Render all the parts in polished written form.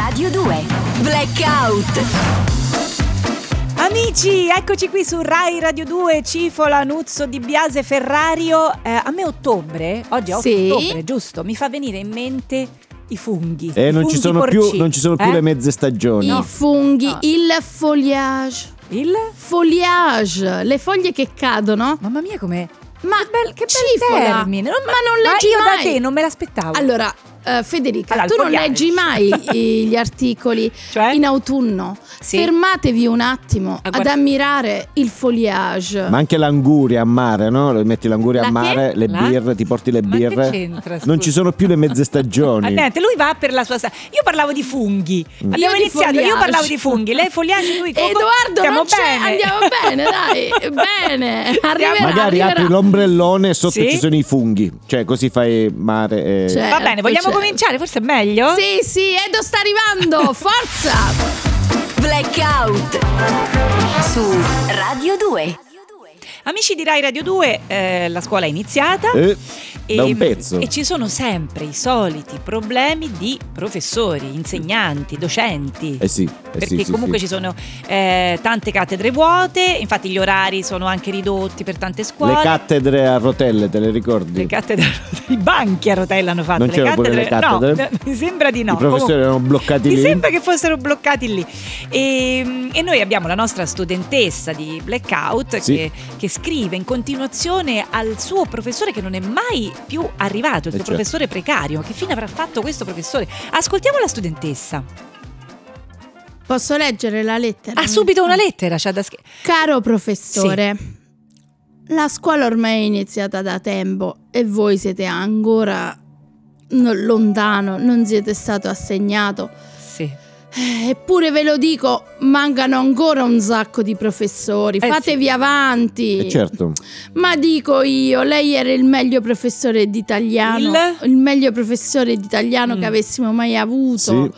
Radio 2 Blackout. Amici, eccoci qui su Rai Radio 2, Cifola, Nuzzo, Di Biase, Ferrario. A me ottobre, oggi è 8 ottobre, giusto? Mi fa venire in mente i funghi. Non ci sono più le mezze stagioni. I funghi, il foliage. Il foliage, le foglie che cadono. Mamma mia, che bel bel termine. Ma non leggi io mai. Da te non me l'aspettavo. Allora, Federica, Allora, tu non foliage. leggi mai gli articoli Cioè? in autunno. Sì. Fermatevi un attimo ad ammirare il foliage. Ma anche l'anguria a mare, no? Metti l'anguria a mare, le La? birre, ti porti le Ma birre. che c'entra, scusa? Non ci sono più le mezze stagioni. Niente, lui va per la sua Io parlavo di funghi. Abbiamo di iniziato, io foliage. parlavo di funghi, lei foliage, lui Edoardo, stiamo non c'è, bene. andiamo bene, dai, bene. Arriverà, Magari apri l'ombrellone e sotto Sì? ci sono i funghi. Cioè così fai mare e... Certo, Va bene, vogliamo certo. cominciare? Forse è meglio? Sì, Edo sta arrivando, forza! Blackout su Radio 2. Amici di Rai Radio 2, la scuola è iniziata da un pezzo. e ci sono sempre i soliti problemi di professori, insegnanti, docenti. Perché comunque ci sono tante cattedre vuote, infatti gli orari sono anche ridotti per tante scuole. Le cattedre a rotelle, te le ricordi? Le cattedre, i banchi a rotella hanno fatto. Non c'erano pure le cattedre? No, mi sembra di no. I professori erano bloccati mi lì. Mi sembra che fossero bloccati lì. E noi abbiamo la nostra studentessa di Blackout che scrive in continuazione al suo professore che non è mai più arrivato, il suo professore precario. Che fine avrà fatto questo professore? Ascoltiamo la studentessa. Posso leggere la lettera? Ha subito una lettera, c'ha da Caro professore, la scuola ormai è iniziata da tempo e voi siete ancora lontano, non siete stato assegnato. Sì. Eppure ve lo dico, mancano ancora un sacco di professori, fatevi avanti. Certo. Ma dico io, lei era il meglio professore d'italiano, il meglio professore d'italiano che avessimo mai avuto.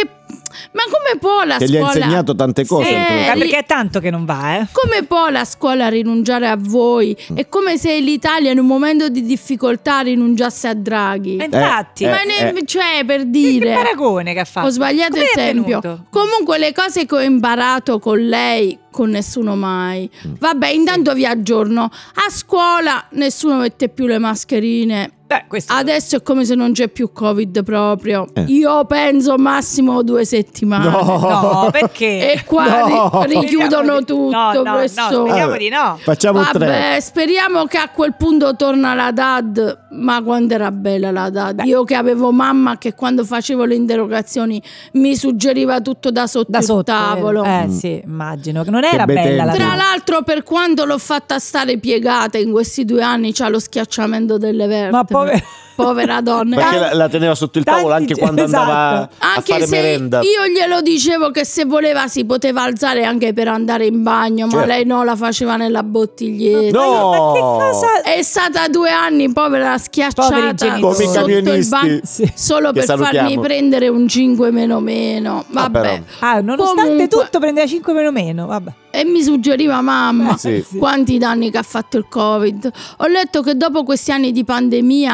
Ma come può la che scuola... gli ha insegnato tante cose. Perché è tanto che non va, Come può la scuola rinunciare a voi? È come se l'Italia in un momento di difficoltà rinunciasse a Draghi. Infatti. Cioè, per dire... Che paragone che ha fatto? Ho sbagliato Come è esempio. venuto? Comunque le cose che ho imparato con lei, con nessuno mai. Vabbè, intanto vi aggiorno. A scuola nessuno mette più le mascherine. Adesso è come se non c'è più Covid proprio. Io penso massimo 2 settimane. No, perché? E qua richiudono tutto. No, speriamo di no. Facciamo 3. Speriamo che a quel punto torna la DAD. Ma quando era bella la DAD. Io che avevo mamma che quando facevo le interrogazioni mi suggeriva tutto da sotto il tavolo. Sì, immagino che non era bella la DAD. Tra l'altro, per quanto l'ho fatta stare piegata in questi 2 anni, c'ha lo schiacciamento delle vertebre. Povera donna. Perché la teneva sotto il tavolo anche quando andava a fare merenda. Io glielo dicevo che se voleva si poteva alzare anche per andare in bagno, ma lei no, la faceva nella bottiglietta. No! Ma che cosa? È stata 2 anni, povera, schiacciata come i sotto il bagno, solo per farmi prendere un 5 meno. Vabbè. Nonostante Comunque, tutto prendeva 5 meno. Vabbè. E mi suggeriva mamma Sì. quanti danni che ha fatto il Covid. Ho letto che dopo questi anni di pandemia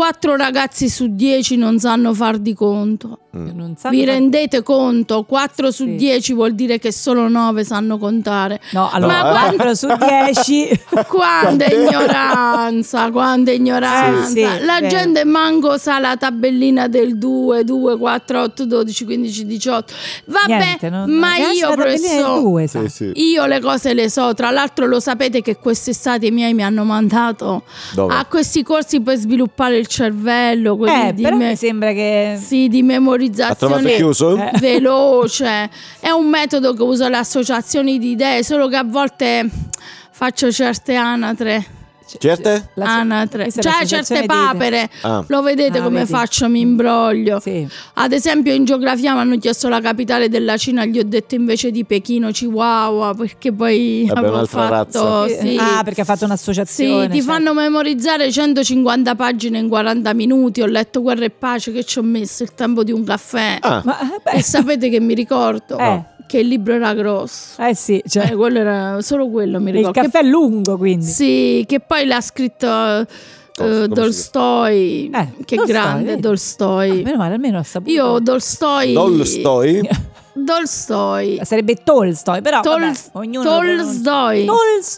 4 ragazzi su 10 non sanno far di conto. Vi rendete conto? 4 su 10 vuol dire che solo 9 sanno contare. No, allora 4 su 10. Quanta ignoranza, quanta ignoranza. La gente manco sa la tabellina del 2, 4, 8, 12, 15, 18. Vabbè, ma io professore, io le cose le so. Tra l'altro lo sapete che quest'estate i miei mi hanno mandato a questi corsi per sviluppare il cervello. Però mi sembra che... Sì, di memorizzazione chiuso? veloce. È un metodo che usa le associazioni di idee, solo che a volte faccio certe anatre. Certe? Anatre, cioè certe papere. Lo vedete come vedi. faccio, mi imbroglio. Sì. Ad esempio in geografia mi hanno chiesto la capitale della Cina, gli ho detto invece di Pechino Chihuahua, perché poi avevo un'altra fatto razza. sì. perché ha fatto un'associazione. Sì, ti fanno memorizzare 150 pagine in 40 minuti. Ho letto Guerra e Pace, che ci ho messo il tempo di un caffè. E sapete che mi ricordo? Che il libro era grosso. Sì, cioè quello era solo quello, mi ricordo. Il caffè è lungo, quindi. Sì, che poi l'ha scritto Tolstoi, che Tolstoi, grande Tolstoi. Meno male, almeno ha saputo. Io Tolstoi. Sarebbe Tolstoi, però ognuno Tolstoi.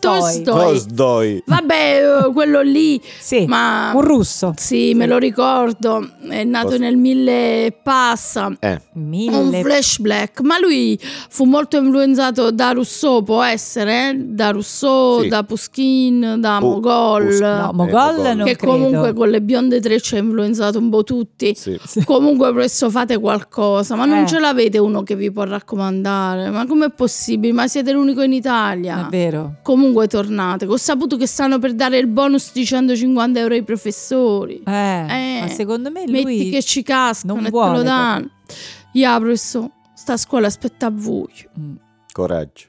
Vabbè, quello lì, sì, ma un russo. Sì, me lo ricordo. È nato nel 1000 e passa. Un flashback. Ma lui fu molto influenzato da Rousseau, può essere? Da Rousseau, da Pushkin, da Mogol. No, Mogol non che credo. Comunque con le bionde trecce ha influenzato un po' tutti. Sì. Comunque presto fate qualcosa. Ma non ce l'avete uno che vi può raccomandare? Ma com'è possibile? Ma siete l'unico in Italia. È vero. Comunque tornate. Ho saputo che stanno per dare il bonus di 150 euro ai professori. Ma secondo me lui metti che ci cascano non e vuole, te lo danno. Io professore, sta scuola aspetta a voi. Coraggio.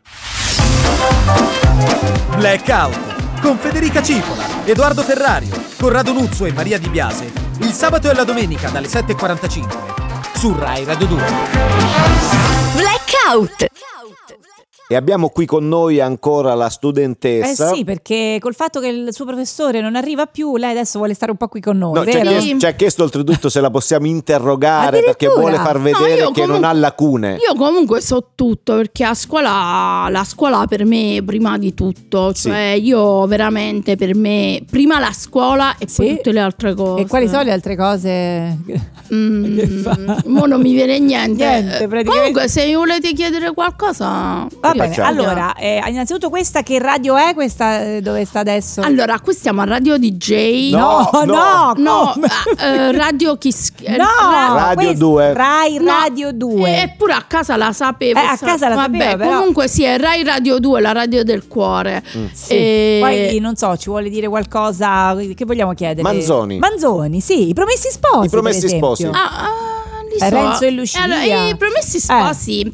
Blackout con Federica Cipola, Edoardo Ferrario, Corrado Nuzzo e Maria Di Biase. Il sabato e la domenica dalle 7:45 su Rai Radio 2. Blackout. E abbiamo qui con noi ancora la studentessa. Sì, perché col fatto che il suo professore non arriva più, lei adesso vuole stare un po' qui con noi, no, vero? ci ha chiesto oltretutto se la possiamo interrogare perché vuole far vedere che non ha lacune. Io comunque so tutto, perché la scuola per me prima di tutto, cioè io veramente, per me prima la scuola e poi tutte le altre cose. E quali sono le altre cose? Mo non mi viene niente. Comunque se mi volete chiedere qualcosa, va bene. Allora, innanzitutto questa che radio è? Questa dove sta adesso? Allora, qui stiamo a Radio DJ. No, Radio Kiss. Radio 2. Rai Radio 2. Eppure a casa la sapevo. A casa la sapevo, però. Comunque sì, è Rai Radio 2, la radio del cuore. Poi non so, ci vuole dire qualcosa? Che vogliamo chiedere? Manzoni, sì, i Promessi Sposi. I Promessi Sposi. Renzo e Lucia. Allora, i Promessi Sposi.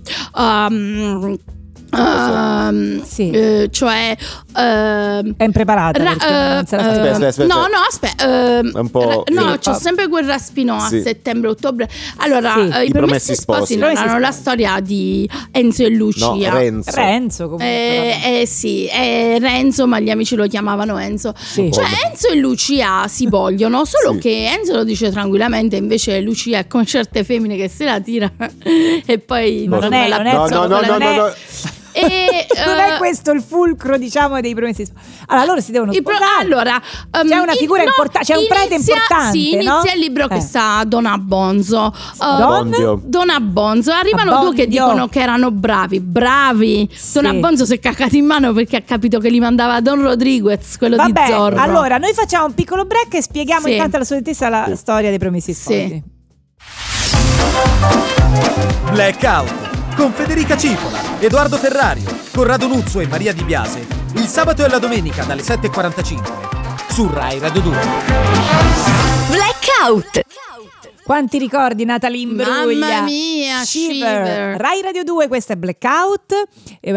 Cioè è impreparata aspetta un po', c'ho sempre quel raspino a settembre ottobre. Allora i Promessi Sposi erano la storia di Enzo e Lucia. Renzo comunque Renzo, ma gli amici lo chiamavano Enzo. Cioè Enzo e Lucia si vogliono, solo che Enzo lo dice tranquillamente, invece Lucia è come certe femmine che se la tira e poi non è non è questo il fulcro, diciamo, dei Promessi Sposi. Allora loro si devono sposare. Allora c'è una figura importante, c'è un prete importante. Inizia il libro che sta Don Abbonzo. Don Abbonzo. Arrivano due che dicono che erano bravi. Don Abbonzo si è cacato in mano perché ha capito che li mandava Don Rodriguez, quello di Zorro. Allora noi facciamo un piccolo break e spieghiamo intanto alla studentessa la storia dei Promessi Sposi. Blackout con Federica Cipola, Edoardo Ferrario, Corrado Nuzzo e Maria Di Biase. Il sabato e la domenica dalle 7:45 su Rai Radio 2. Blackout. Quanti ricordi, Natalie Imbruglia. Mamma mia, Shiver. Rai Radio 2, questa è Blackout. Chi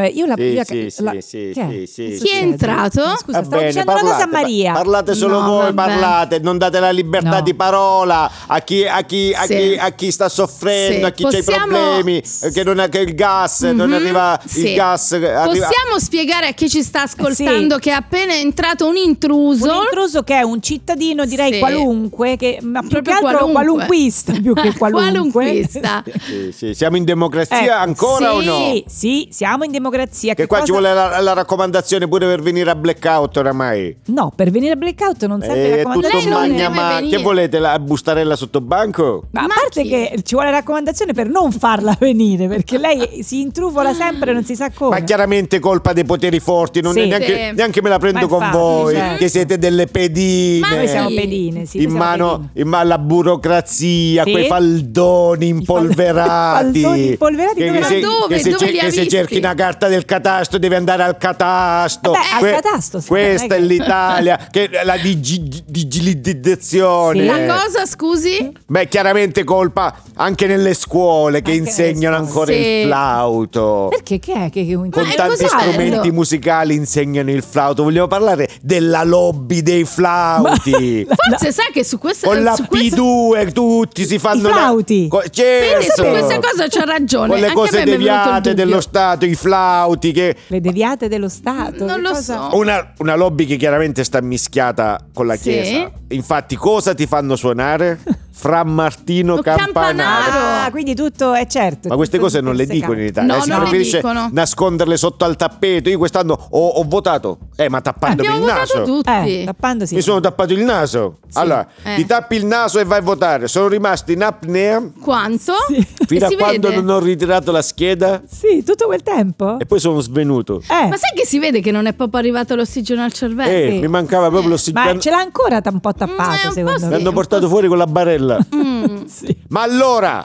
è entrato? Scusa, stavo dicendo una cosa a Maria. Parlate solo voi, parlate, non date la libertà di parola a chi sta soffrendo, a chi ha i problemi, che non ha il gas, non arriva il gas. Possiamo spiegare a chi ci sta ascoltando che è appena entrato un intruso. Un intruso che è un cittadino, direi qualunque, ma più che altro qualunquista più che qualunquista. Sì, siamo in democrazia ancora o no? Sì, siamo in democrazia. Che qua ci vuole la raccomandazione pure per venire a Blackout oramai. No, per venire a Blackout non serve raccomandazione. Che volete, la bustarella sotto banco? Ma a parte che ci vuole raccomandazione per non farla venire, perché lei si intrufola sempre, non si sa come. Ma chiaramente colpa dei poteri forti, neanche me la prendo con voi, che siete delle pedine. Ma noi siamo pedine, in mano alla burocrazia. Quei faldoni impolverati. Che se cerchi una carta del catasto devi andare al catasto. Questa è l'Italia, che la digitalizzazione. La cosa, scusi? Beh, chiaramente colpa anche nelle scuole che insegnano ancora il flauto. Perché con tanti strumenti musicali insegnano il flauto. Vogliamo parlare della lobby dei flauti. Forse sai che su questa con la P2 tutti si fanno i flauti. Su questa cosa c'ha ragione. Con le cose deviate dello Stato, i flauti le deviate dello Stato. Non lo so. Una lobby che chiaramente sta mischiata con la Chiesa. Infatti, cosa ti fanno suonare? Fra Martino Campanaro. Ah, quindi tutto è certo. Ma queste cose non le dicono in Italia. No, si non preferisce le dicono. nasconderle sotto al tappeto. Io quest'anno ho votato, ma tappandomi il naso. Tutti. Tappandosi. Mi sono tappato il naso. Sì. Allora, ti tappi il naso e vai a votare. Sono rimasto in apnea. Quanto? Sì. Fino a quando vede? non ho ritirato la scheda. Sì, tutto quel tempo. E poi sono svenuto. Ma sai che si vede che non è proprio arrivato l'ossigeno al cervello? Mi mancava proprio l'ossigeno. Ma ce l'ha ancora un po' tappato, secondo Mi me. hanno portato fuori con la barella. Sì. Ma allora,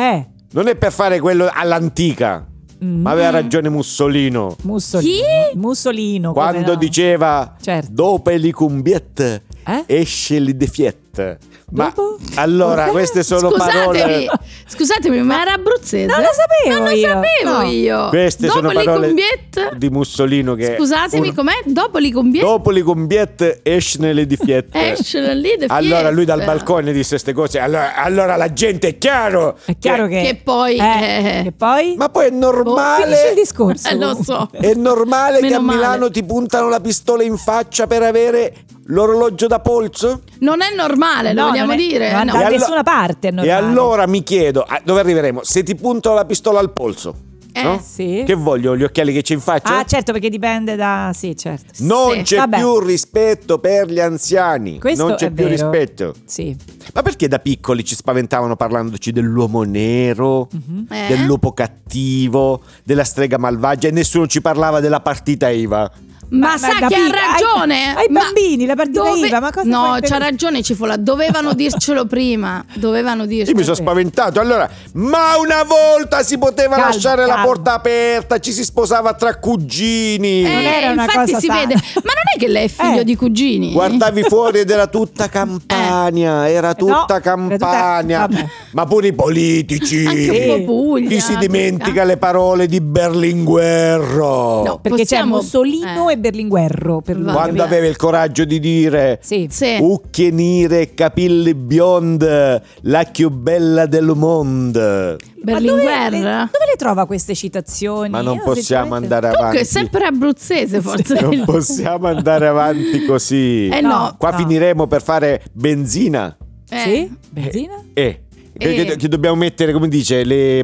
non è per fare quello all'antica. Ma aveva ragione Mussolino. Chi? Mussolino. Quando no? diceva certo. dopo le cumbiette esce le defiette. Ma Dopo? allora, queste sono parole. Scusatemi, ma era abruzzese? Non lo sapevo non io. lo sapevo No. io. Queste dopo sono le parole cumbiette. di Mussolino che Scusatemi, com'è? Dopo le cumbiette dopo le cumbiette esce le defiette. esce lì de Allora lui dal fiesta. balcone disse queste cose. Allora la gente è chiaro. È chiaro Che poi Che poi? Ma poi è normale. Finisce il discorso. lo so. È normale che Meno a Milano male. ti puntano la pistola in faccia per avere l'orologio da polso? Non è normale, lo No, vogliamo non è- dire? non No. da E allo- nessuna parte è E normale. allora mi chiedo, dove arriveremo? Se ti puntano la pistola al polso, no? Sì. Che voglio? Gli occhiali che c'è in faccia? Ah, certo, perché dipende da... Sì, certo. Non Sì. c'è Vabbè. più rispetto per gli anziani. Questo non c'è è più vero. rispetto. Sì. Ma perché da piccoli ci spaventavano parlandoci dell'uomo nero, del lupo cattivo, della strega malvagia e nessuno ci parlava della partita IVA? Ma sa da che ha piccola- ragione. ai Ma bambini, la partita IVA, ma cosa No, puoi c'ha intendere? ragione Cifola, dovevano dircelo prima. Dovevano Io dircelo. mi sono spaventato. Allora, ma una volta si poteva Calma, lasciare la calma. porta aperta, ci si sposava tra cugini. Non era una infatti cosa si sana. vede. Ma non è che lei è figlio di cugini? Guardavi fuori ed era tutta Campania, era tutta era Campania. vabbè. Ma pure i politici. Anche un po' Puglia. Chi si dimentica le parole di Berlinguer? No, Perché possiamo- c'è Mussolino e Berlinguerro per lui. Quando aveva il coraggio di dire Sì. Sì. Ucchie nere, capelli biondi, la più bella del mondo. Ma dove Berlinguer. le trova queste citazioni? Ma non Io possiamo sinceramente- andare Comunque è avanti. sempre abruzzese forse. Non possiamo andare avanti così. No. Qua finiremo per fare benzina. Sì? Benzina? Che dobbiamo mettere, come dice,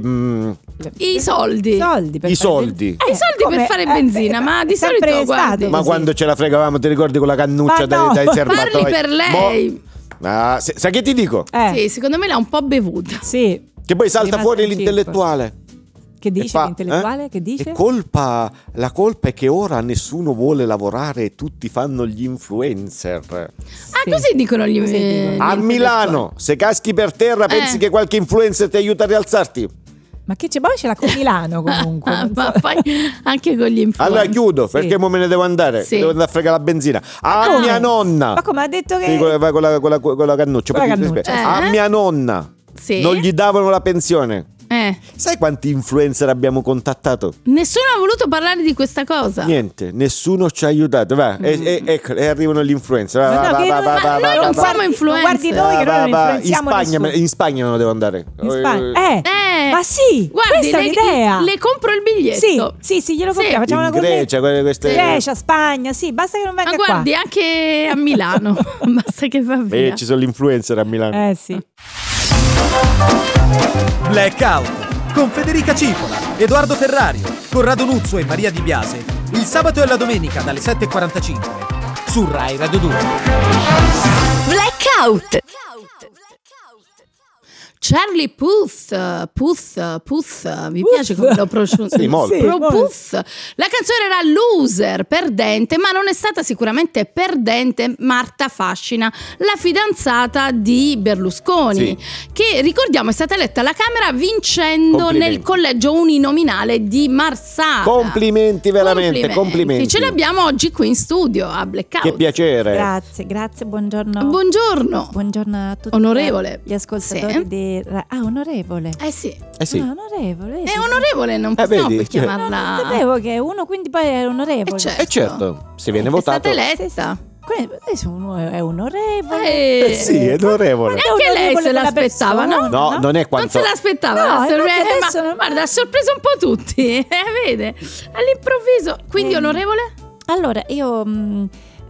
I soldi. Soldi per i fare soldi. benzina. I soldi per fare benzina, ma di sempre solito guardi. stato Ma così. quando ce la fregavamo, ti ricordi con la cannuccia Ma no. dai serbatoi? Parli per lei. Sai che ti dico? Sì, secondo me l'ha un po' bevuta. Sì. Che poi salta Rimasto fuori in l'intellettuale. Che E dice fa, l'intellettuale? Che dice? La colpa è che ora nessuno vuole lavorare e tutti fanno gli influencer. Ah, così dicono gli A Milano, se caschi per terra, pensi che qualche influencer ti aiuta a rialzarti? Ma che c'è? Poi ce l'ha con Milano comunque. non Ma so. poi anche con gli influencer. Allora chiudo, perché mo me ne devo andare. Sì. Devo andare a fregare la benzina. A come? mia nonna. Ma come ha detto che... Sì, con la cannuccia. Con la perché- cannuccia. A mia nonna. Sì. Non gli davano la pensione. Eh. Sai quanti influencer abbiamo contattato? Nessuno ha voluto parlare di questa cosa. Niente, nessuno ci ha aiutato. Va, ecco, e arrivano gli influencer. Ma no, che Va, non- va, ma va, noi va, non va, siamo va. influencer. Guardi noi che noi non influenziamo nessuno. In Spagna me ne devo andare. In Spagna. Ma sì, Guardi, questa è un'idea. le compro il biglietto. Sì, glielo Sì. compriamo. Facciamo In una Grecia, queste... Grecia, Spagna, sì, basta che non venga Ma qua. guardi, anche a Milano. Basta che va via. ci sono gli influencer a Milano. Sì. Blackout con Federica Cipola, Edoardo Ferrario, Corrado Nuzzo e Maria Di Biase. Il sabato e la domenica dalle 7:45 su Rai Radio 2. Blackout. Charlie Puth, vi piace come lo pronuncio? Sì, molto. Sì, molto. Puth. La canzone era Loser, perdente, ma non è stata sicuramente perdente Marta Fascina, la fidanzata di Berlusconi, che ricordiamo è stata eletta alla Camera vincendo Complimenti. nel collegio uninominale di Marsala. Complimenti, veramente, complimenti. Ce l'abbiamo oggi qui in studio a Blackout. Che piacere. Grazie, buongiorno. Buongiorno. Buongiorno a tutti Onorevole. gli ascoltatori Sì. di... Ah, onorevole. Sì. Sì. Ah, onorevole. È onorevole, non possiamo vedi? più chiamarla. Non sapevo che uno quindi poi è onorevole. Certo, se viene È votato. stata eletta. Adesso uno è onorevole. Sì, è onorevole. E anche lei se l'aspettava, no? No, non è quanto... Non se l'aspettava. No, la sorpresa, infatti adesso ma non- guarda, ha sorpreso un po' tutti. Vede? All'improvviso. Quindi onorevole? Allora, io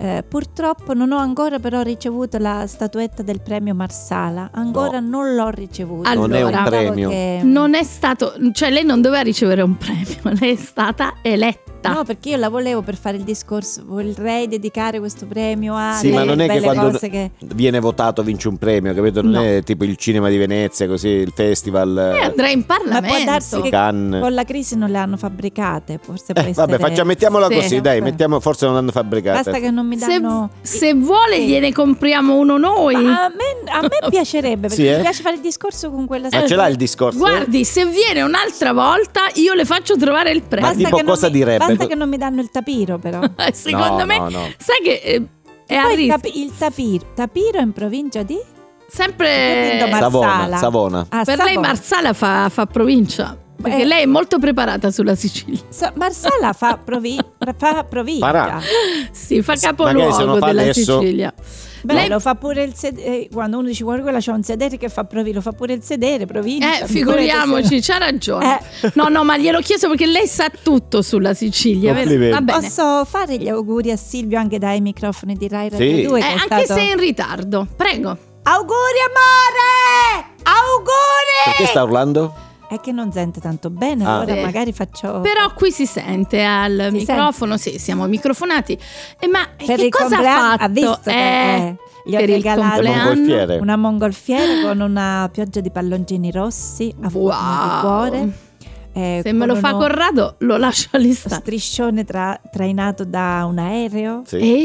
Purtroppo non ho ancora però ricevuto la statuetta del premio Marsala, ancora non l'ho ricevuto. Allora, non è un premio. Non è stato, cioè lei non doveva ricevere un premio, lei è stata eletta. No, perché io la volevo per fare il discorso, vorrei dedicare questo premio a sì, ma non è che quando che... viene votato vince un premio, capito? Non è tipo il cinema di Venezia, così il festival. Andrà in Parlamento. Ma può darsi che Cannes. con la crisi non le hanno fabbricate, forse può essere... Vabbè, mettiamola così, dai, forse non l'hanno fabbricate. Basta che non mi danno... Se vuole gliene compriamo uno noi. Ma a me piacerebbe, perché mi piace fare il discorso con quella... Ma ce l'ha il discorso? Guardi, se viene un'altra volta io le faccio trovare il premio. Ma tipo cosa direbbe? Basta che non mi danno il tapiro, però. Secondo me, sai che è a poi rischio. Tapiro è in provincia di? Sempre Savona. Per lei Marsala fa provincia. Perché lei è molto preparata sulla Sicilia. Marsala fa provincia. Farà. Sì, fa capoluogo della adesso... Sicilia. Beh, lei lo fa pure il sedere. Quando uno dice guarda, quella c'ha un sedere che fa provincia, lo fa pure il sedere, provincia. Figuriamoci, c'ha ragione. No, ma gliel'ho chiesto perché lei sa tutto sulla Sicilia. Va bene. Posso fare gli auguri a Silvio anche dai microfoni di Rai Radio 2? Anche se è in ritardo. Prego. Auguri amore! Auguri! Perché sta urlando? È che non sente tanto bene, allora magari faccio... Però qui si sente al microfono, sì, siamo microfonati. Ma per che cosa ha fatto? Ha visto che gli ho regalato una mongolfiera con una pioggia di palloncini rossi a forma di cuore. Se me lo fa Corrado lo lascio all'istante. Striscione trainato da un aereo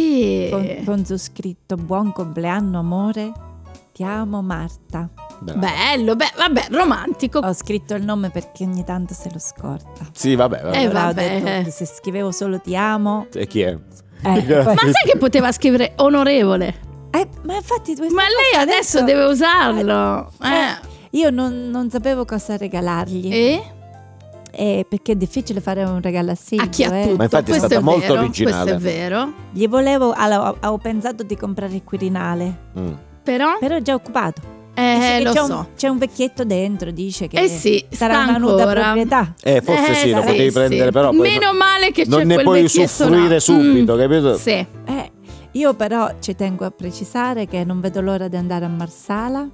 con su scritto buon compleanno amore, ti amo Marta. Bello, vabbè, romantico. Ho scritto il nome perché ogni tanto se lo scorda. Sì, vabbè. Allora ho detto che se scrivevo solo ti amo. E chi è? Ma sai che poteva scrivere onorevole? Ma infatti Ma lei adesso deve usarlo. Io non sapevo cosa regalargli. Perché è difficile fare un regalo a Silvio. A chi ha tutto. Ma infatti questo è stata molto originale. Questo è vero. Gli volevo, ho pensato di comprare il Quirinale. Però è già occupato. C'è un vecchietto dentro, dice che sarà una nuda proprietà. Forse sì, lo potevi prendere, però poi meno male che c'è non ne puoi usufruire subito, capito? Sì. Io però ci tengo a precisare che non vedo l'ora di andare a Marsala.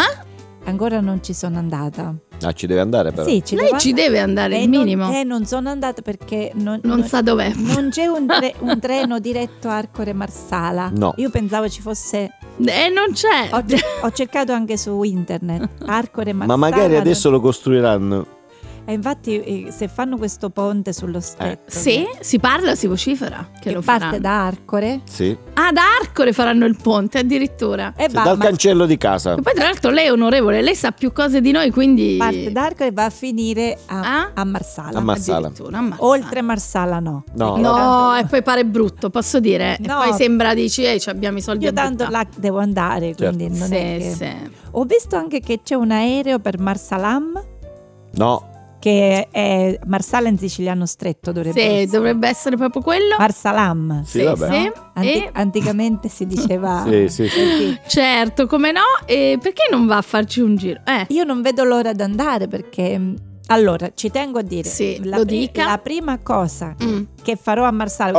Ancora non ci sono andata. Ci deve andare però. Sì, lei ci deve andare, il minimo. Non sono andata perché non sa dov'è. Non c'è un treno diretto a Arcore Marsala. No. Io pensavo ci fosse. Non c'è. Ho cercato anche su internet Arcore Marsala. Ma magari adesso lo costruiranno. E infatti se fanno questo ponte sullo stretto si parla, si vocifera che lo parte faranno. da Arcore. Sì. Da Arcore faranno il ponte addirittura. Dal cancello di casa. E poi tra l'altro lei è onorevole, lei sa più cose di noi, quindi parte da Arcore e va a finire a Marsala. A Marsala. Oltre Marsala no. No, e poi pare brutto, posso dire. No. E poi sembra dici abbiamo i soldi. Io tanto là devo andare, quindi non è che... Ho visto anche che c'è un aereo per Marsalam. No. Che è Marsala in siciliano stretto, dovrebbe essere proprio quello. Marsalam. Sì, vabbè. Anticamente si diceva. Sì. Certo, come no? E perché non va a farci un giro? Io non vedo l'ora di andare perché allora ci tengo a dire lo dica. La prima cosa che farò a Marsala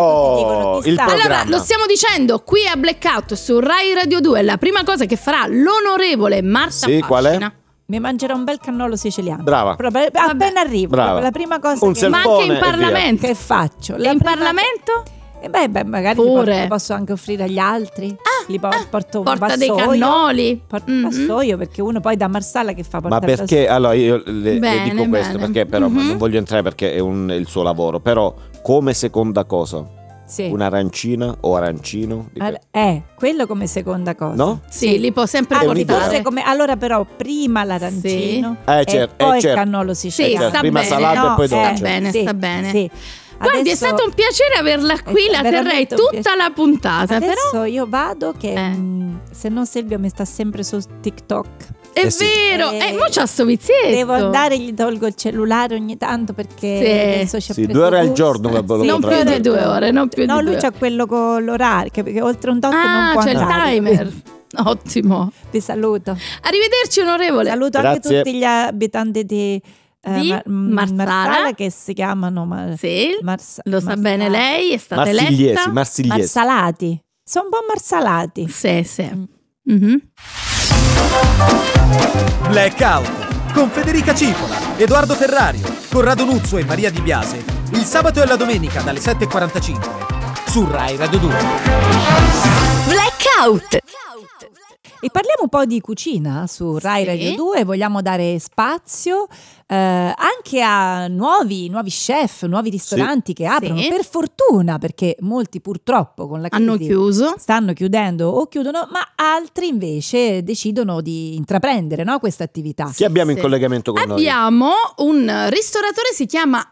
allora lo stiamo dicendo qui a Blackout su Rai Radio 2, la prima cosa che farà l'onorevole Marta Fascina. Qual è? Mi mangerò un bel cannolo siciliano. Brava. Appena arrivo. La prima cosa ma anche in Parlamento. Che faccio? In Parlamento? Magari li posso anche offrire agli altri. Li porto un vassoio. Porta dei cannoli. Porto un vassoio, perché uno poi da Marsala che fa portare. Ma perché? Allora io le dico questo perché però non voglio entrare perché è il suo lavoro. Però come seconda cosa. Un'arancina o arancino? Quello come seconda cosa. No? Sì, li può sempre portare. Allora però prima l'arancino e poi il cannolo siciliano. Sta prima bene. salato e poi dolce. Sta bene. Sì. Guardi, è stato un piacere averla qui, la terrei tutta la puntata. Adesso io vado che se no Silvio mi sta sempre su TikTok. È vero, mo c'ha sto vizietto. Devo andare, gli tolgo il cellulare ogni tanto perché adesso c'è 2 ore al giorno. Non più di 2 ore, lui c'ha quello con l'orario, perché oltre un tot non può c'è andare. Il timer. Ottimo. Vi saluto. Arrivederci onorevole. Saluto anche tutti gli abitanti di Marsala che si chiamano lo sa bene lei, è stata eletta. Marsigliesi. Sono un po' marsalati. Sì. Mm-hmm. Blackout con Federica Cipola, Edoardo Ferrario, Corrado Nuzzo e Maria Di Biase. Il sabato e la domenica dalle 7:45 su Rai Radio 2. Blackout. E parliamo un po' di cucina su Rai Radio 2, vogliamo dare spazio anche a nuovi chef, nuovi ristoranti che aprono, per fortuna, perché molti purtroppo con la crisi stanno chiudendo o chiudono, ma altri invece decidono di intraprendere, no, questa attività. Chi abbiamo in collegamento con noi? Abbiamo un ristoratore, si chiama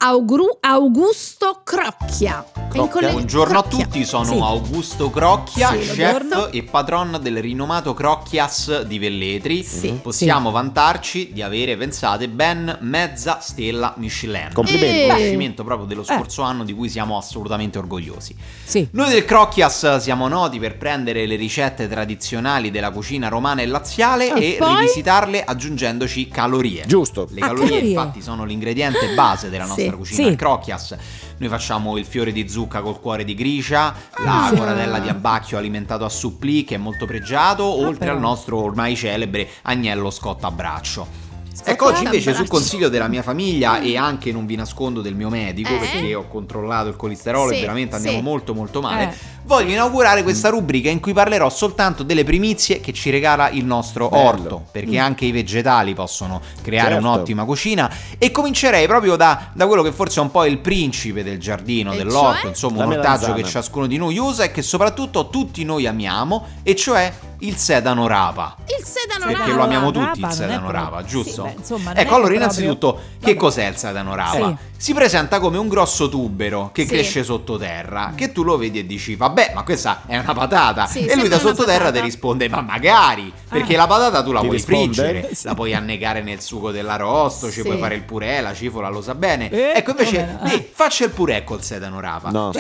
Augusto Crocchia. Buongiorno a tutti, sono Augusto Crocchia, chef e patron del rinomato Crocchias di Velletri. Possiamo vantarci di avere, pensate, ben mezza stella Michelin. Complimenti. Un riconoscimento proprio dello scorso anno di cui siamo assolutamente orgogliosi. Noi del Crocchias siamo noti per prendere le ricette tradizionali della cucina romana e laziale e rivisitarle aggiungendoci calorie. Giusto. Le calorie infatti sono l'ingrediente base della nostra cucina. Il Crocchias. Noi facciamo il fiore di zucca col cuore di gricia, la coradella di abbacchio alimentato a supplì, che è molto pregiato, oltre al nostro ormai celebre agnello scotta a braccio. Ecco, oggi invece sul consiglio della mia famiglia e anche, non vi nascondo, del mio medico, perché ho controllato il colesterolo e veramente andiamo molto molto male, voglio inaugurare questa rubrica in cui parlerò soltanto delle primizie che ci regala il nostro orto, perché anche i vegetali possono creare un'ottima cucina, e comincerei proprio da quello che forse è un po' il principe del giardino, dell'orto, insomma un ortaggio che ciascuno di noi usa e che soprattutto tutti noi amiamo, e cioè il sedano rapa. Il sedano rapa. Perché lo amiamo tutti il sedano rapa, giusto? Ecco, allora innanzitutto che cos'è il sedano rapa? Si presenta come un grosso tubero che cresce sottoterra, che tu lo vedi e dici vabbè, ma questa è una patata, e lui da sottoterra ti risponde ma magari, perché la patata tu la puoi friggere, la puoi annegare nel sugo dell'arrosto, ci puoi fare il purè, la cipolla lo sa bene. Ecco, invece faccia il purè col sedano rapa.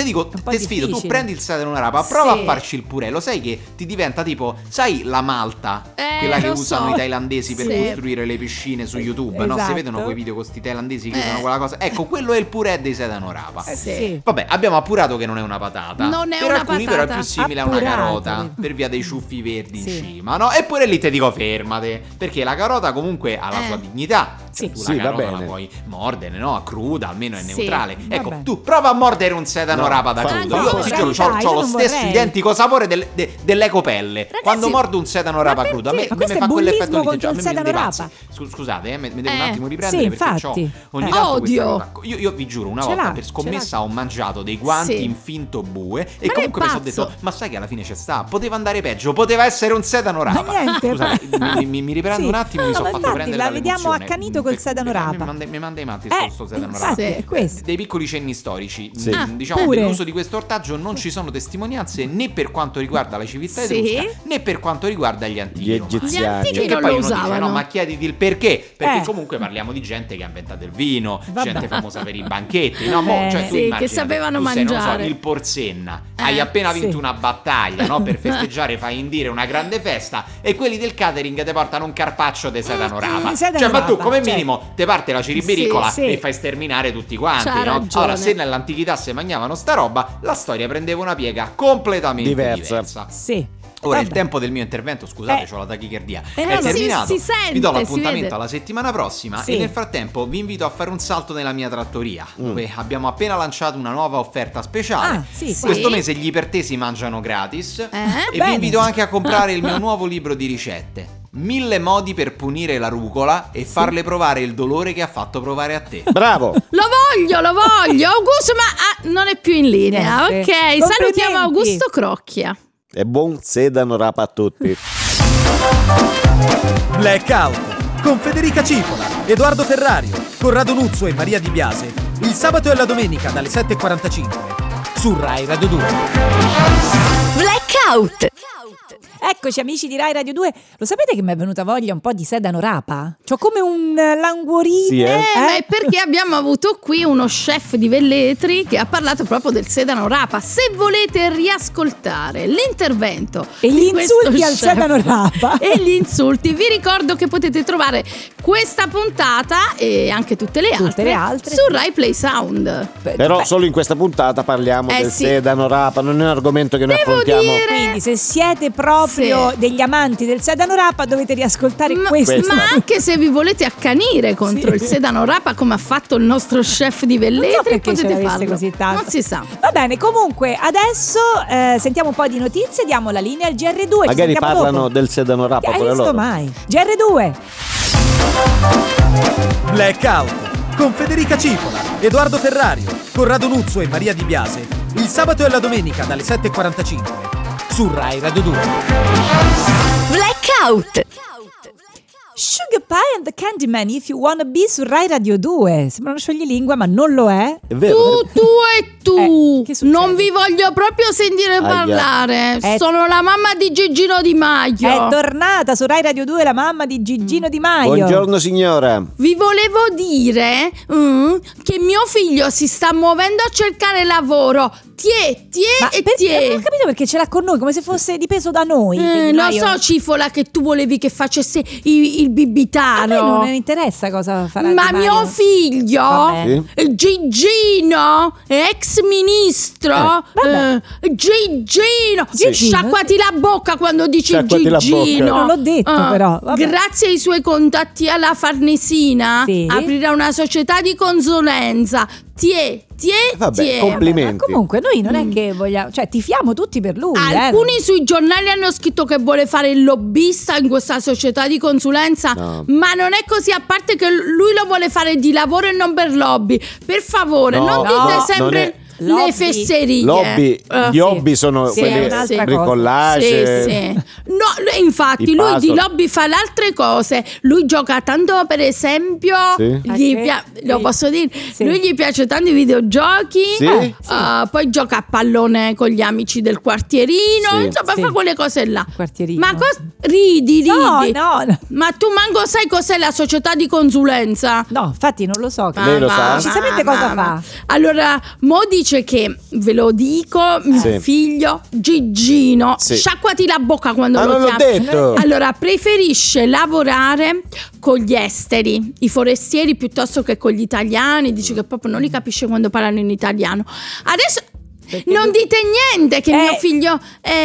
Te sfido, tu prendi il sedano rapa, prova a farci il purè, lo sai che ti diventa tipo, sai la malta, quella che usano i thailandesi per costruire le piscine su YouTube, no? Si vedono quei video con sti thailandesi che usano quella cosa. Ecco, quello è il purè dei sedano rapa. Vabbè, abbiamo appurato che non è una patata. Per alcuni però è più simile a una carota, per via dei ciuffi verdi in cima, no? Eppure lì te dico fermate, perché la carota comunque ha la sua dignità. Cioè, tu la carota la puoi mordere, no? A cruda, almeno è neutrale. Ecco, tu prova a mordere un sedano rapa da crudo. Io ti giuro, c'ho lo stesso identico sapore dell'ecopelle. Quando mordo un sedano rapa crudo, a me mi fa quell'effetto lì. Scusate, mi devo un attimo riprendere, perché ogni tanto io vi giuro, una volta per scommessa ho mangiato dei guanti in finto bue, e comunque mi sono detto ma sai che alla fine c'è sta, poteva andare peggio, poteva essere un sedano rapa. Scusate, mi riprendo un attimo, mi sono fatto prendere la vediamo accanito col sedano rapa. Mi manda i matti sto sedano rapa. Dei piccoli cenni storici. Diciamo, dell'uso di questo ortaggio non ci sono testimonianze né per quanto riguarda la civiltà etrusca né per quanto riguarda gli antichi egiziani. Che poi uno dice no, ma chiediti il perché, perché comunque parliamo di gente che ha inventato il vino, gente famosa per i banchetti, no? Cioè, tu che sapevano mangiare. Non so, il Porsenna, hai appena vinto una battaglia, no? Per festeggiare fai indire una grande festa, e quelli del catering ti portano un carpaccio di sedano rapa. Cioè, ma tu come minimo te parte la ciribericola e fai sterminare tutti quanti, no? Allora, se nell'antichità si mangiavano sta roba, la storia prendeva una piega completamente diversa. Ora il tempo del mio intervento, scusate, c'ho la tachicardia, è terminato. Vi do l'appuntamento alla settimana prossima, e nel frattempo vi invito a fare un salto nella mia trattoria, dove abbiamo appena lanciato una nuova offerta speciale. Questo mese gli ipertesi mangiano gratis, e vi invito anche a comprare il mio nuovo libro di ricette. 1000 modi per punire la rucola e farle provare il dolore che ha fatto provare a te. Bravo! Lo voglio Augusto, ma non è più in linea. Ok, salutiamo Augusto Crocchia. E buon sedano rapa a tutti. Blackout con Federica Cipola, Edoardo Ferrario, Corrado Nuzzo e Maria Di Biase. Il sabato e la domenica dalle 7:45 su Rai Radio 2. Blackout. Eccoci amici di Rai Radio 2. Lo sapete che mi è venuta voglia un po' di sedano rapa? C'ho come un languorino. Sì, ma è perché abbiamo avuto qui uno chef di Velletri che ha parlato proprio del sedano rapa. Se volete riascoltare l'intervento e gli insulti al sedano rapa e gli insulti, vi ricordo che potete trovare questa puntata e anche tutte le altre su Rai Play Sound. Però solo in questa puntata parliamo del sedano rapa, non è un argomento che noi affrontiamo. Quindi se siete proprio degli amanti del sedano rapa dovete riascoltare questo. Ma anche se vi volete accanire contro il sedano rapa come ha fatto il nostro chef di Velletri, potete farlo così tanto. Non si sa. Va bene, comunque adesso sentiamo un po' di notizie, diamo la linea al GR2. Magari parlano del sedano rapa pure loro. Mai. GR2 Blackout con Federica Cipola, Edoardo Ferrario, Corrado Nuzzo e Maria Di Biase, il sabato e la domenica dalle 7:45 su Rai Radio 2. Blackout. Sugar Pie and the Candyman, If You Wanna Be su Rai Radio 2. Sembra uno scioglilingua, ma non lo è. È vero. Tu. Non vi voglio proprio sentire parlare. Sono la mamma di Gigino Di Maio. È tornata su Rai Radio 2 la mamma di Gigino Di Maio. Buongiorno signora. Vi volevo dire che mio figlio si sta muovendo a cercare lavoro. Non ho capito perché ce l'ha con noi, come se fosse dipeso da noi. Lo so, Cifola, che tu volevi che facesse il bibitaro. A me non interessa cosa farà. Ma mio figlio Gigino, ex ministro, Gigino, sciacquati la bocca quando dici Gigino. Non l'ho detto però. Grazie ai suoi contatti alla Farnesina aprirà una società di consulenza. Complimenti. Ma comunque noi non è che vogliamo, cioè tifiamo tutti per lui. Alcuni sui giornali hanno scritto che vuole fare il lobbista in questa società di consulenza, ma non è così, a parte che lui lo vuole fare di lavoro e non per lobby. Per favore, non dite sempre le fesserie. Gli hobby sono quelli bricolage. No, infatti lui di lobby fa le altre cose. Lui gioca tanto, per esempio, lo posso dire, lui gli piace tanto i videogiochi, poi gioca a pallone con gli amici del quartierino, insomma fa quelle cose là. Ma ridi? No. Ma tu manco sai cos'è la società di consulenza? No, infatti non lo so. Lei lo sa? Precisamente cosa fa? Allora, mo dice che, ve lo dico, mio figlio Gigino, sciacquati la bocca quando lo chiami. Detto. Allora, preferisce lavorare con gli esteri, i forestieri, piuttosto che con gli italiani. Dice che proprio non li capisce quando parlano in italiano. Adesso non dite niente che mio figlio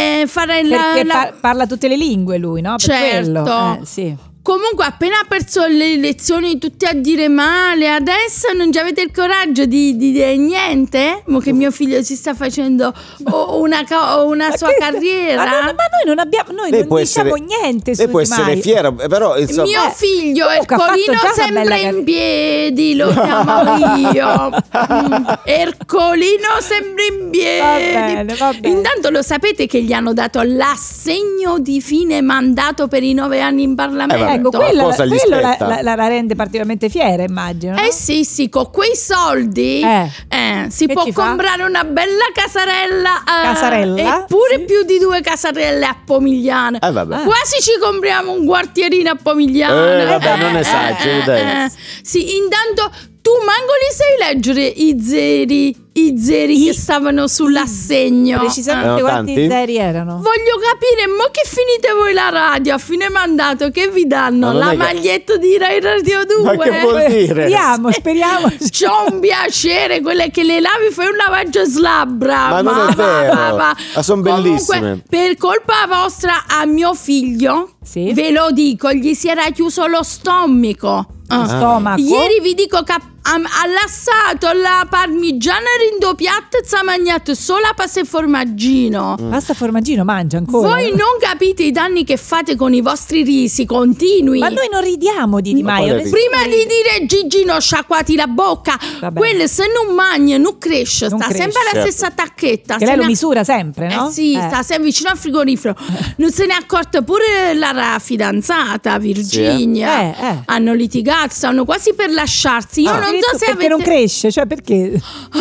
parla tutte le lingue lui, no? Per quello. Comunque appena ha perso le elezioni tutti a dire male, adesso non ci avete il coraggio di dire niente? Che mio figlio si sta facendo una sua carriera. Ma noi non abbiamo, noi non diciamo niente su Lei può essere fiera, però insomma. Mio figlio Ercolino sembra in piedi, lo chiamo io. Ercolino sembra in piedi. Va bene. Intanto lo sapete che gli hanno dato l'assegno di fine mandato per i 9 anni in Parlamento? Ecco, quello la rende particolarmente fiera, immagino. No? Sì, con quei soldi si può comprare una bella casarella. Eppure più di 2 casarelle a Pomigliano. Quasi ci compriamo un quartierino a Pomigliano. Non esageri, dai. Sì, intanto tu manco li sai leggere i zeri che stavano sull'assegno. Precisamente quanti zeri erano? Voglio capire, mo che finite voi la radio a fine mandato, che vi danno la maglietta di Rai Radio 2? Ma che vuol dire? Speriamo. C'ho un piacere, quelle che le lavi fai un lavaggio slabbra. Ma non è vero. Ma sono bellissime. Comunque, per colpa vostra a mio figlio, ve lo dico, gli si era chiuso lo stomaco. Ieri vi dico che ha lassato la parmigiana rindoppiata e ha mangiato solo la pasta e formaggino. Pasta e formaggino mangia ancora? Voi non capite i danni che fate con i vostri risi continui. Ma noi non ridiamo di Maio. Prima di dire Gigino sciacquati la bocca, quello se non mangia non cresce, sta sempre alla stessa tacchetta. Che lei lo misura sempre, no? Sta sempre vicino al frigorifero. Non se ne è accorta pure la fidanzata Virginia. Hanno litigato, stanno quasi per lasciarsi. Io non so se perché non cresce, cioè perché?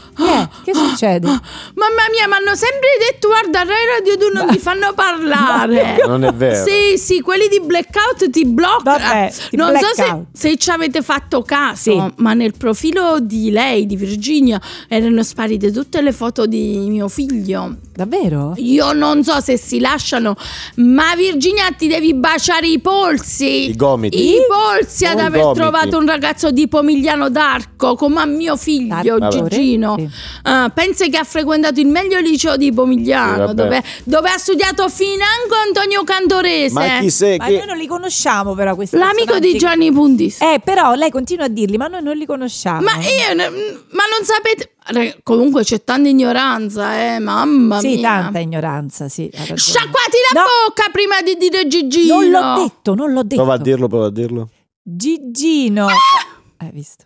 Che succede? Mamma mia, mi hanno sempre detto: guarda, Rai Radio 2 non ti fanno parlare. Non è vero. Sì, quelli di Blackout ti bloccano. Vabbè, non so se ci avete fatto caso, ma nel profilo di lei, di Virginia, erano sparite tutte le foto di mio figlio. Davvero? Io non so se si lasciano, ma Virginia, ti devi baciare i polsi. I gomiti. I polsi ad aver trovato un ragazzo di Pomigliano d'Arco come a mio figlio Gigino. Sì. Pensa che ha frequentato il meglio liceo di Pomigliano, dove ha studiato financo Antonio Cantorese. Ma chi sei? Ma noi non li conosciamo, però questi l'amico di Gianni Puntis. Però lei continua a dirli, ma noi non li conosciamo. Ma non sapete. Comunque c'è tanta ignoranza, mamma mia. Sì, tanta ignoranza, sì. Sciacquati la bocca prima di dire Gigino. Non l'ho detto. Prova a dirlo. Gigino. Hai visto?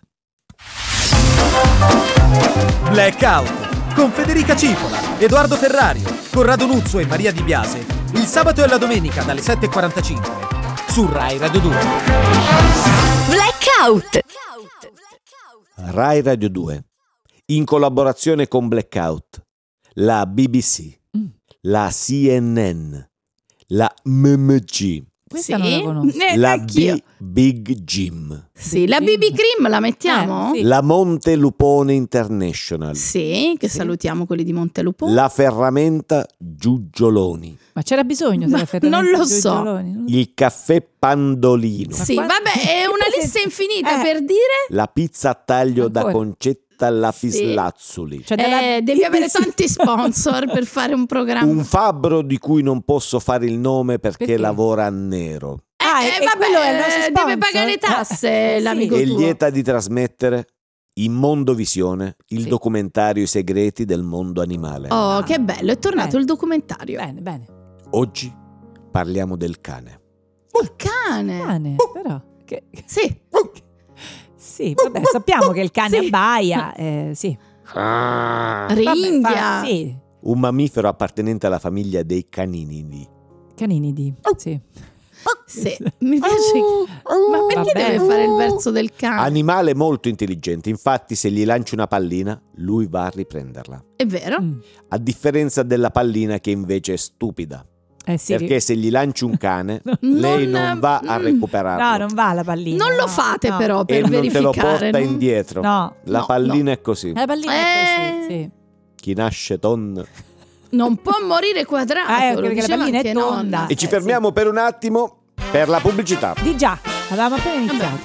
Blackout con Federica Cipola, Edoardo Ferrario, Corrado Nuzzo e Maria Di Biase, il sabato e la domenica dalle 7:45 su Rai Radio 2. Blackout. Rai Radio 2, in collaborazione con Blackout, la BBC, la CNN, la MMG, questa non la conosco. La Big Jim. Sì, la BB Cream la mettiamo? Sì. La Montelupone International. Sì, che salutiamo quelli di Montelupone. La Ferramenta Giugioloni. Ma c'era bisogno della Ferramenta non lo so. Giugioloni? Il caffè Pandolino. Sì, vabbè, è una lista infinita per dire. La pizza a taglio Ancora? da Concetta Lapislazzuli. Cioè devi avere tanti sponsor per fare un programma. Un fabbro di cui non posso fare il nome perché lavora a nero. Quello è il nostro sponsor? Deve pagare tasse l'amico E tuo. lieta di trasmettere in Mondovisione il documentario I segreti del mondo animale. Oh, che bello, è tornato il documentario. Bene. Oggi parliamo del cane. Il cane. Però. Sì. Sì, vabbè, sappiamo che il cane abbaia. Sì. Ringhia. Sì. Un mammifero appartenente alla famiglia dei caninidi. Caninidi. Sì. Sì, mi piace. Ma perché deve fare il verso del cane? Animale molto intelligente, infatti se gli lanci una pallina, lui va a riprenderla. È vero? A differenza della pallina che invece è stupida. Sì. Perché se gli lanci un cane, lei non va a recuperarlo. No, non va la pallina. Non lo fate però per e verificare. non te lo porta indietro. No. La pallina è così. La pallina è così, sì. Chi nasce tonno non può morire quadrato. Perché la pallina è tonda. E ci fermiamo per un attimo per la pubblicità. Di già, avevamo appena iniziato.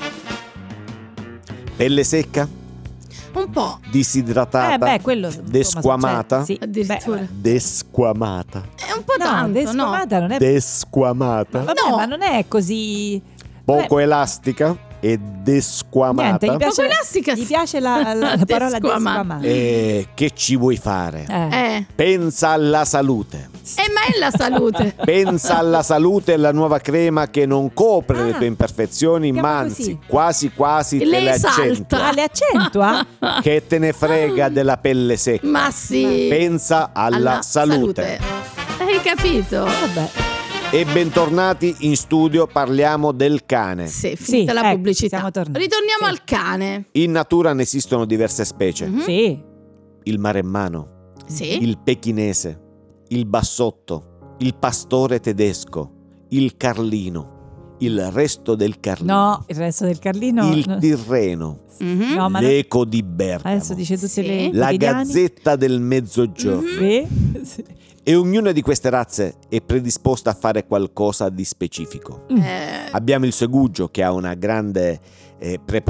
Pelle secca? Un po'. Disidratata? Quello desquamata? Sì. Addirittura. Desquamata. È un po' tanto, desquamata non è. Desquamata. Vabbè, ma non è così. Poco elastica e desquamata. Niente, Poco elastica. Gli piace la parola desquamata. Che ci vuoi fare? Pensa alla salute. Ma è la salute. Pensa alla salute e la nuova crema che non copre le tue imperfezioni, ma anzi quasi le accentua. Le accentua? Che te ne frega della pelle secca. Ma sì. Pensa alla salute. Hai capito? Vabbè. E bentornati in studio, parliamo del cane. Sì, finita la pubblicità. Sì. Ritorniamo al cane. In natura ne esistono diverse specie. Sì. Il maremmano, Sì. il pechinese, il bassotto, il pastore tedesco, il carlino, il resto del carlino. No, il resto del carlino. Il tirreno, No, ma l'eco di Bergamo. adesso dice tutte le la quotidiani. gazzetta del mezzogiorno. Sì. E ognuna di queste razze è predisposta a fare qualcosa di specifico. Abbiamo il segugio che ha una grande lei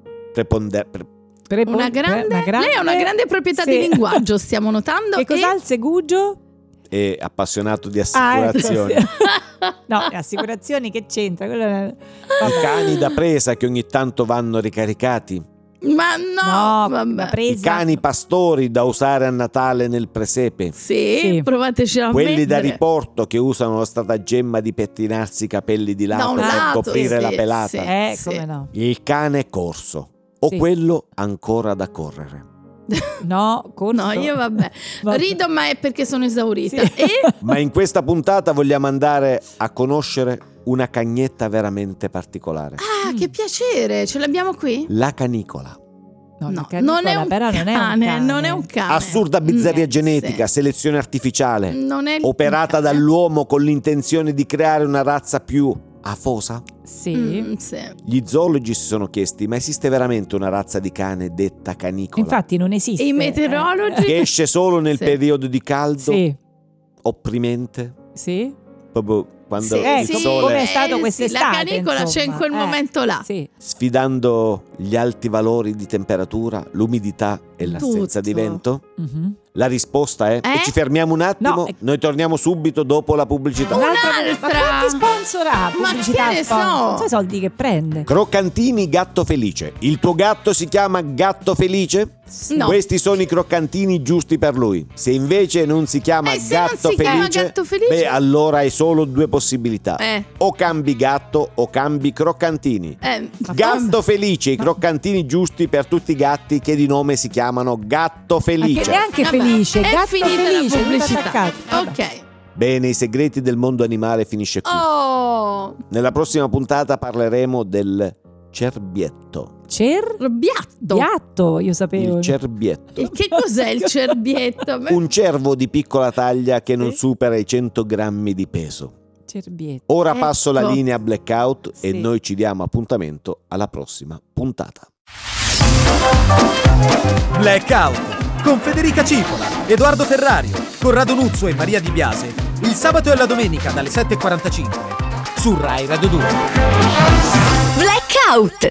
ha una grande proprietà di linguaggio, stiamo notando. Che cos'ha il segugio? È appassionato di assicurazioni. No, assicurazioni che c'entra? I cani da presa che ogni tanto vanno ricaricati. Ma no, vabbè. I cani pastori da usare a Natale nel presepe. Sì. Provateci a quelli da mettere. riporto che usano lo stratagemma di pettinarsi i capelli di lato per coprire la pelata. Come no. Il cane corso o quello ancora da correre. No, corso. No, io vabbè. Rido, ma è perché sono esaurita. Ma in questa puntata vogliamo andare a conoscere una cagnetta veramente particolare. Che piacere, ce l'abbiamo qui? La canicola. No, non è un cane, non è un cane. Assurda bizzarria genetica, selezione artificiale, non è operata dall'uomo con l'intenzione di creare una razza più afosa? Sì. Gli zoologi si sono chiesti: ma esiste veramente una razza di cane detta canicola? Infatti non esiste. E i meteorologi? Che esce solo nel periodo di caldo? Opprimente? Sì. Proprio quando il sole... come è stato quest'estate, la canicola c'è in quel momento là. Sfidando gli alti valori di temperatura, l'umidità e l'assenza di vento? La risposta è... E ci fermiamo un attimo, noi torniamo subito dopo la pubblicità. Ma quanti sponsor ha? Pubblicità, ma che ne so? Non so i soldi che prende. Croccantini Gatto Felice. Il tuo gatto si chiama Gatto Felice? No. Questi sono i croccantini giusti per lui. Se invece non si chiama Gatto Felice, beh, allora hai solo due possibilità. O cambi gatto o cambi croccantini. Gatto Felice, i croccantini giusti per tutti i gatti che di nome si chiamano Gatto Felice. Ma che neanche felice, è Gatto finita Felice, la pubblicità. Ok. Bene, i segreti del mondo animale finisce qui. Nella prossima puntata parleremo del cerbietto. Cerbiatto, io sapevo. Il cerbietto. E che cos'è il cerbietto? Un cervo di piccola taglia che non supera i 100 grammi di peso. Cerbietto. Ora passo la linea a Blackout e noi ci diamo appuntamento alla prossima puntata. Blackout con Federica Cipola, Edoardo Ferrario, Corrado Nuzzo e Maria Di Biase, il sabato e la domenica dalle 7:45 su Rai Radio 2. Blackout.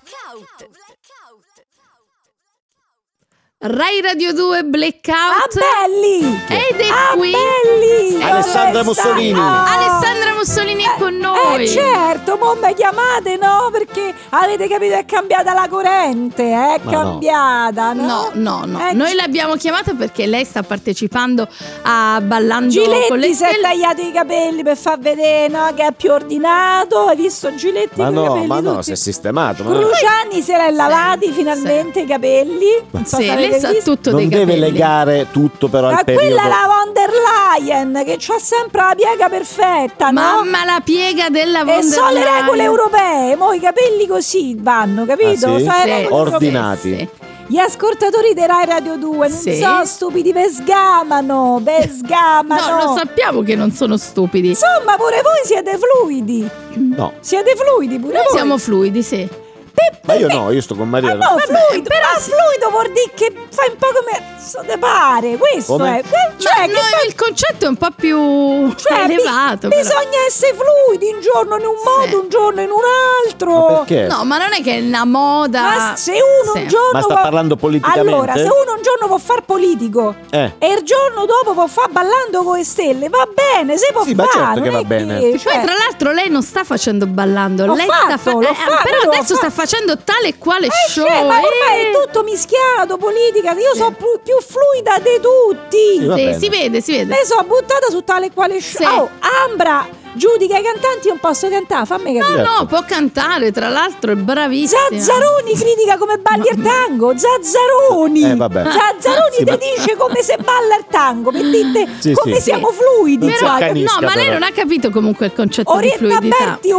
Rai Radio 2 Blackout. Belli! Ed è qui belli! Alessandra Mussolini. Alessandra Mussolini è con noi. Certo, mo mi chiamate, no? Perché avete capito è cambiata la corrente, è cambiata, no? No. Noi l'abbiamo chiamata perché lei sta partecipando a Ballando con le Giletti si è tagliato i capelli per far vedere, no, che è più ordinato. Hai visto Giletti con i capelli? Ma no, tutti. si è sistemato. Cruciani se l'è lavati finalmente i capelli. Non so se lei sa tutto non dei deve capelli. legare tutto però al periodo. Quella è la von der Leyen che c'ha sempre la piega perfetta, no? Mamma, la piega della von der Leyen. E sono le regole europee, mo i capelli così vanno, capito? Ah, sì? Sono le regole ordinati. europee. Gli ascoltatori di Rai Radio 2 non sono stupidi, sgamano. No, lo sappiamo che non sono stupidi. Insomma, pure voi siete fluidi. No. Siete fluidi pure voi. Siamo fluidi, sì. Ma io sto con Maria. No, fluido, però fluido vuol dire che fai un po' come te pare, questo come? è. Cioè, il concetto è un po' più elevato. Bisogna essere fluidi, un giorno in un modo, un giorno in un altro. Ma perché? No, ma non è che è una moda. Ma se uno un giorno Ma sta parlando politicamente? Allora, se uno un giorno può far politico e il giorno dopo può far Ballando con le stelle, va bene, si può fare. Ma certo che va bene. Cioè, tra l'altro lei non sta facendo Ballando, lei però adesso sta facendo tale e quale show. Ma ormai è tutto mischiato, politica. Io sono più fluida di tutti. Si vede. Me sono buttata su tale e quale show. Ambra giudica i cantanti, non posso cantare, fammi capire. No, può cantare, tra l'altro è bravissima. Zazzaroni critica come balli il tango. Zazzaroni vabbè. Zazzaroni ti dice come se balla il tango, per dite come siamo fluidi. Però, ma lei non ha capito comunque il concetto di fluidità. Orietta Berti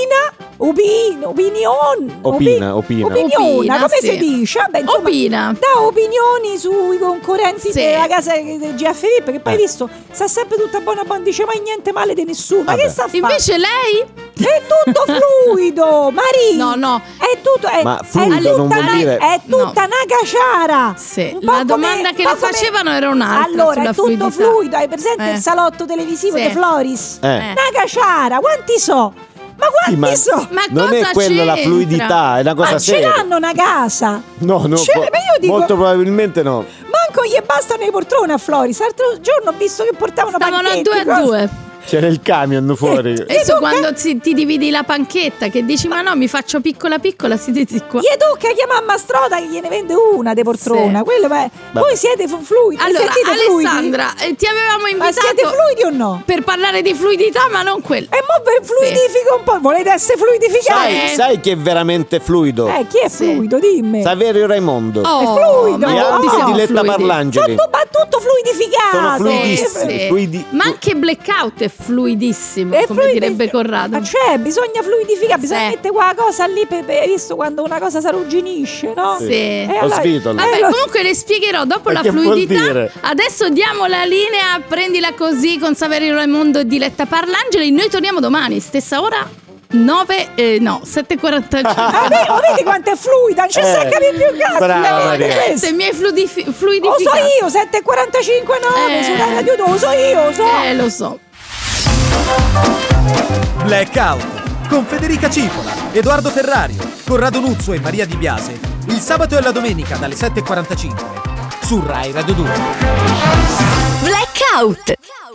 opiniona, come si dice? Vabbè, insomma, opina. Da opinioni sui concorrenti della casa di GF Filippo, che poi hai visto, sta sempre tutta buona, dice mai niente male di nessuno. Ma che sta a invece lei? È tutto fluido, Maria. No. È tutto. Ma fluido non vuol dire. È tutta una caciara. Sì. La domanda che le facevano era un'altra. Allora, è tutto fluidità. fluido. Hai presente il salotto televisivo di Floris? Una caciara, quanti so? Ma quanti so? Ma non è quello la fluidità, è una cosa seria. Ce l'hanno una casa. No, io dico, molto probabilmente no. Manco gli bastano le poltrone a Floris. L'altro giorno ho visto che portavano panchetti. Stavano a 2 a 2. C'era il camion fuori. Adesso quando ti dividi la panchetta, che dici ma no, mi faccio piccola, si dici qua. Gli tocca chiamare Mastroda che gliene vende una di poltrona. Quello voi siete fluidi. Allora, Alessandra, ti avevamo invitato. Ma siete fluidi o no? Per parlare di fluidità, ma non quello. E mo fluidifico un po'. Volete essere fluidificati? Sai chi è veramente fluido? Chi è fluido? Dimmi. Saverio Raimondo. È fluido. E anche Diletta Parlangeli. Tutto fluidificato. Sono fluidissimi. Ma anche Blackout è fluidissimo, come direbbe Corrado. Ma bisogna fluidificare, bisogna mettere quella cosa lì, hai visto quando una cosa si arrugginisce, no? Sì. Comunque le spiegherò dopo la fluidità. Adesso diamo la linea, prendila così con Saverio Raimondo e Diletta Parlangeli. Noi torniamo domani, stessa ora. 7:45. Vedi quanto è fluida, non ci sai capire più cazzo. Brava Maria. Se mi hai fluidificato. Lo so io, 7:45 su Radio 2, lo so io, lo so. Blackout con Federica Cipola, Edoardo Ferrario, Corrado Nuzzo e Maria Di Biase. Il sabato e la domenica dalle 7:45 su Rai Radio 2. Blackout.